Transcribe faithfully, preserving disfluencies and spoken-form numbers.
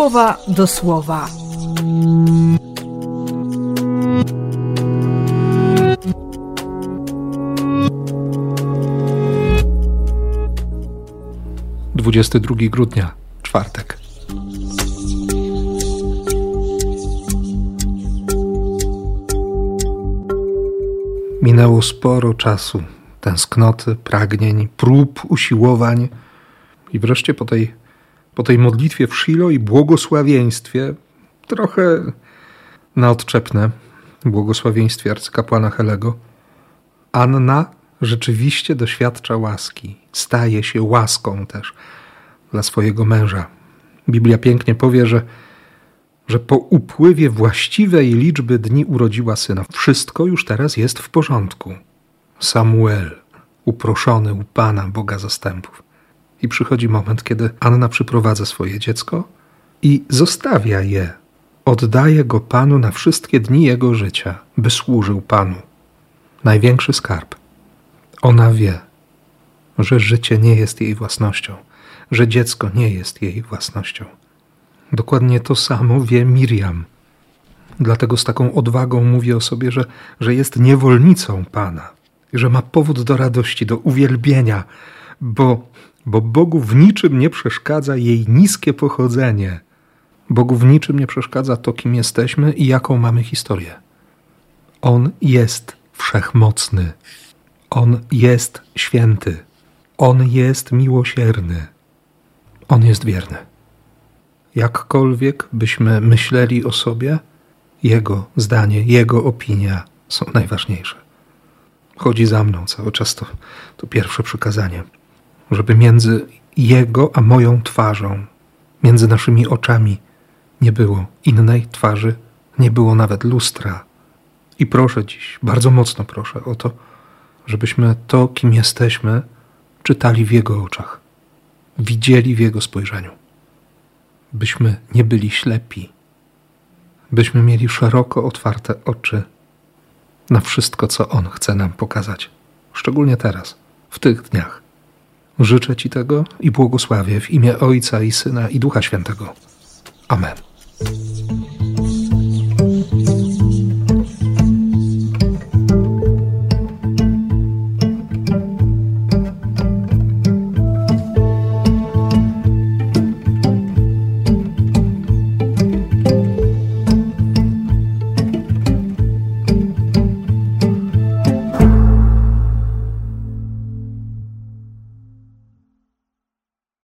słowa do słowa. dwudziestego drugiego grudnia, czwartek. Minęło sporo czasu, tęsknoty, pragnień, prób, usiłowań i wreszcie po tej, po tej modlitwie w Shilo i błogosławieństwie, trochę na odczepne błogosławieństwie arcykapłana Helego, Anna rzeczywiście doświadcza łaski, staje się łaską też dla swojego męża. Biblia pięknie powie, że, że po upływie właściwej liczby dni urodziła syna. Wszystko już teraz jest w porządku. Samuel, uproszony u Pana, Boga zastępów. I przychodzi moment, kiedy Anna przyprowadza swoje dziecko i zostawia je. Oddaje go Panu na wszystkie dni jego życia, by służył Panu. Największy skarb. Ona wie, że życie nie jest jej własnością, że dziecko nie jest jej własnością. Dokładnie to samo wie Miriam. Dlatego z taką odwagą mówi o sobie, że, że jest niewolnicą Pana, że ma powód do radości, do uwielbienia, bo, bo Bogu w niczym nie przeszkadza jej niskie pochodzenie. Bogu w niczym nie przeszkadza to, kim jesteśmy i jaką mamy historię. On jest wszechmocny. On jest święty. On jest miłosierny. On jest wierny. Jakkolwiek byśmy myśleli o sobie, Jego zdanie, Jego opinia są najważniejsze. Chodzi za mną cały czas to, to pierwsze przykazanie, żeby między Jego a moją twarzą, między naszymi oczami nie było innej twarzy, nie było nawet lustra. I proszę dziś, bardzo mocno proszę o to, żebyśmy to, kim jesteśmy, czytali w Jego oczach, widzieli w Jego spojrzeniu. Byśmy nie byli ślepi, byśmy mieli szeroko otwarte oczy na wszystko, co On chce nam pokazać, szczególnie teraz, w tych dniach. Życzę Ci tego i błogosławię w imię Ojca i Syna i Ducha Świętego. Amen.